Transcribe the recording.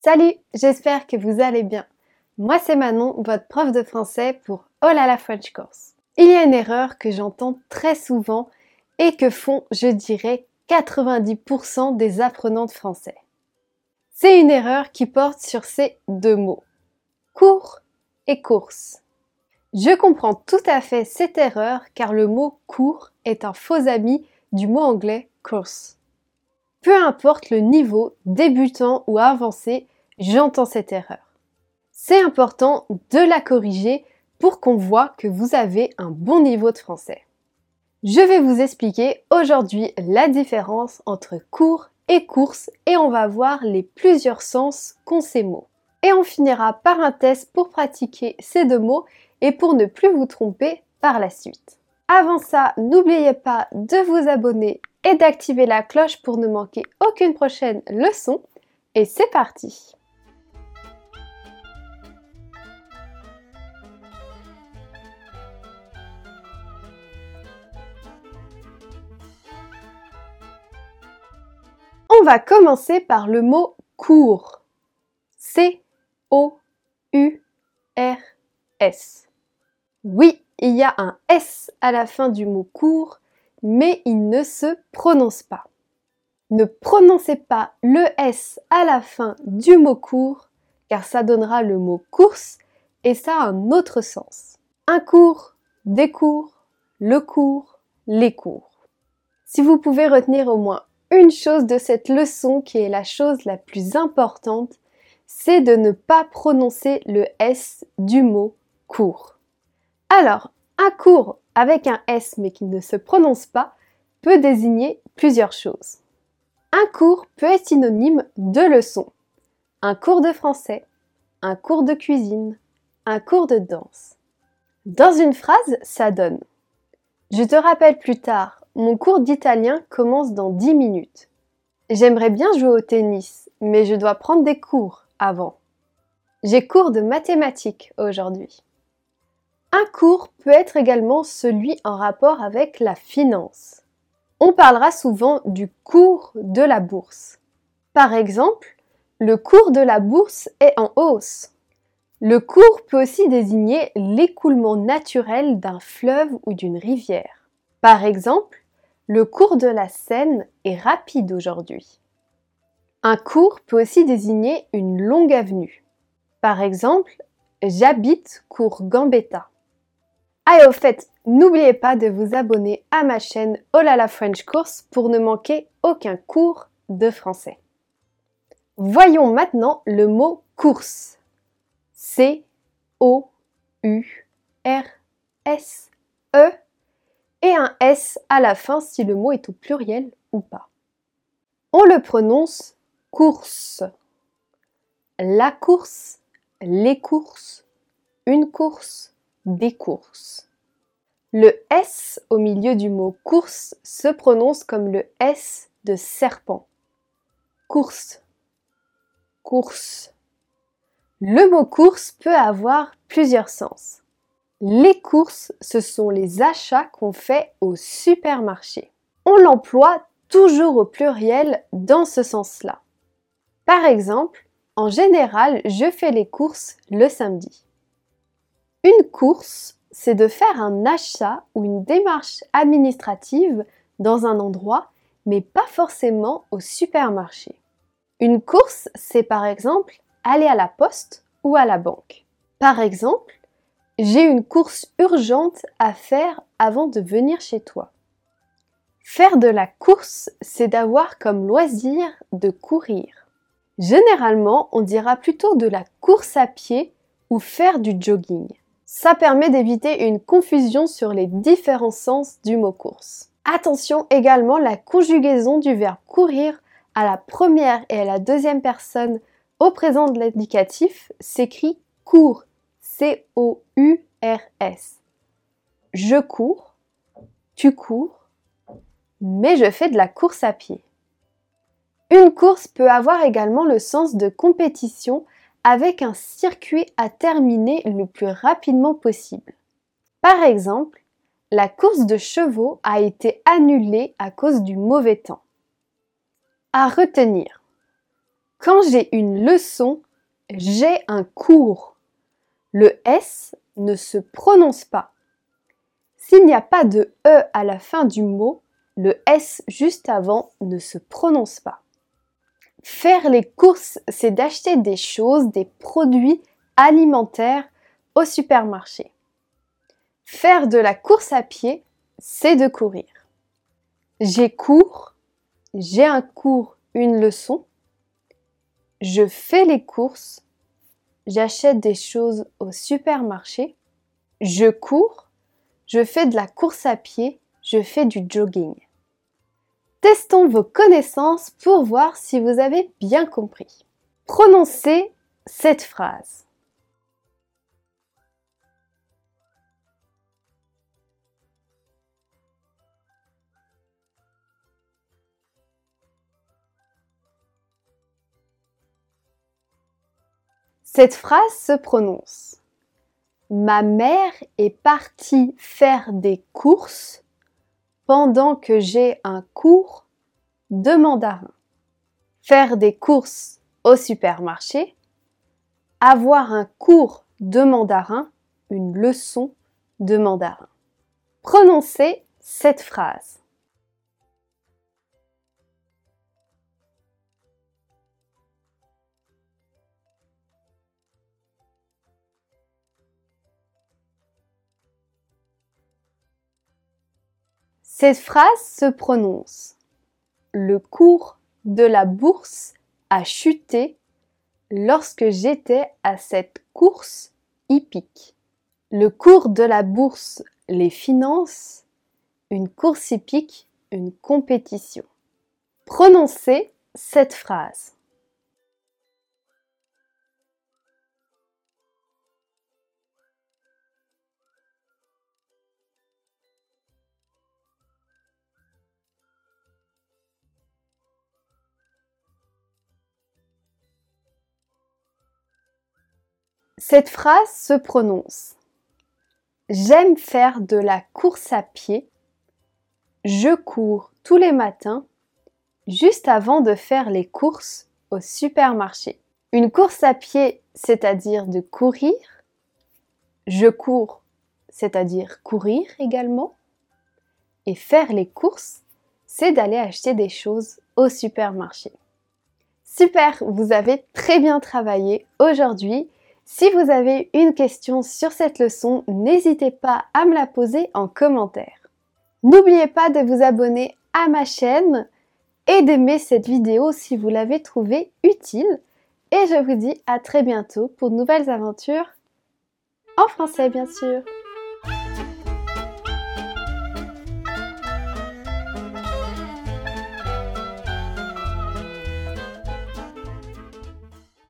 Salut, j'espère que vous allez bien. Moi c'est Manon, votre prof de français pour Oh là la French Course. Il y a une erreur que j'entends très souvent et que font, je dirais, 90% des apprenants de français. C'est une erreur qui porte sur ces deux mots, cours et course. Je comprends tout à fait cette erreur car le mot cours est un faux ami du mot anglais course. Peu importe le niveau, débutant ou avancé, j'entends cette erreur. C'est important de la corriger pour qu'on voit que vous avez un bon niveau de français. Je vais vous expliquer aujourd'hui la différence entre cours et course et on va voir les plusieurs sens qu'ont ces mots. Et on finira par un test pour pratiquer ces deux mots et pour ne plus vous tromper par la suite. Avant ça, n'oubliez pas de vous abonner et d'activer la cloche pour ne manquer aucune prochaine leçon. Et c'est parti! On va commencer par le mot cours. C-O-U-R-S. Oui, il y a un S à la fin du mot cours, mais il ne se prononce pas. Ne prononcez pas le S à la fin du mot cours, car ça donnera le mot course et ça a un autre sens. Un cours, des cours, le cours, les cours. Si vous pouvez retenir au moins une chose de cette leçon qui est la chose la plus importante, c'est de ne pas prononcer le S du mot cours. Alors, un cours avec un S mais qui ne se prononce pas peut désigner plusieurs choses. Un cours peut être synonyme de leçon. Un cours de français, un cours de cuisine, un cours de danse. Dans une phrase, ça donne « Je te rappelle plus tard, mon cours d'italien commence dans 10 minutes. J'aimerais bien jouer au tennis, mais je dois prendre des cours avant. J'ai cours de mathématiques aujourd'hui. » Un cours peut être également celui en rapport avec la finance. On parlera souvent du cours de la bourse. Par exemple, le cours de la bourse est en hausse. Le cours peut aussi désigner l'écoulement naturel d'un fleuve ou d'une rivière. Par exemple, le cours de la Seine est rapide aujourd'hui. Un cours peut aussi désigner une longue avenue. Par exemple, j'habite cours Gambetta. Ah et au fait, n'oubliez pas de vous abonner à ma chaîne Oh là la French Course pour ne manquer aucun cours de français. Voyons maintenant le mot course. C-O-U-R-S-E et un S à la fin si le mot est au pluriel ou pas. On le prononce course. La course, les courses, une course, des courses. Le S au milieu du mot course se prononce comme le S de serpent. Course, course. Le mot course peut avoir plusieurs sens. Les courses, ce sont les achats qu'on fait au supermarché. On l'emploie toujours au pluriel dans ce sens-là. Par exemple, en général, je fais les courses le samedi. Une course, c'est de faire un achat ou une démarche administrative dans un endroit, mais pas forcément au supermarché. Une course, c'est par exemple aller à la poste ou à la banque. Par exemple, j'ai une course urgente à faire avant de venir chez toi. Faire de la course, c'est d'avoir comme loisir de courir. Généralement, on dira plutôt de la course à pied ou faire du jogging. Ça permet d'éviter une confusion sur les différents sens du mot course. Attention également, la conjugaison du verbe courir à la première et à la deuxième personne au présent de l'indicatif s'écrit cours, C-O-U-R-S. Je cours, tu cours, mais je fais de la course à pied. Une course peut avoir également le sens de compétition avec un circuit à terminer le plus rapidement possible. Par exemple, la course de chevaux a été annulée à cause du mauvais temps. À retenir, Quand j'ai une leçon, j'ai un cours. Le S ne se prononce pas. S'il n'y a pas de E à la fin du mot, le S juste avant ne se prononce pas. Faire les courses, c'est d'acheter des choses, des produits alimentaires au supermarché. Faire de la course à pied, c'est de courir. J'ai cours, j'ai un cours, une leçon. Je fais les courses, j'achète des choses au supermarché. Je cours, je fais de la course à pied, je fais du jogging. Testons vos connaissances pour voir si vous avez bien compris. Prononcez cette phrase. Cette phrase se prononce. Ma mère est partie faire des courses pendant que j'ai un cours de mandarin. Faire des courses au supermarché, avoir un cours de mandarin, une leçon de mandarin. Prononcez cette phrase. Cette phrase se prononce. Le cours de la bourse a chuté lorsque j'étais à cette course hippique. Le cours de la bourse, les finances, une course hippique, une compétition. Prononcez cette phrase. Cette phrase se prononce. J'aime faire de la course à pied. Je cours tous les matins, juste avant de faire les courses au supermarché. Une course à pied, c'est-à-dire de courir. Je cours, c'est-à-dire courir également. Et faire les courses, c'est d'aller acheter des choses au supermarché. Super, vous avez très bien travaillé aujourd'hui. Si vous avez une question sur cette leçon, n'hésitez pas à me la poser en commentaire. N'oubliez pas de vous abonner à ma chaîne et d'aimer cette vidéo si vous l'avez trouvée utile. Et je vous dis à très bientôt pour de nouvelles aventures en français bien sûr.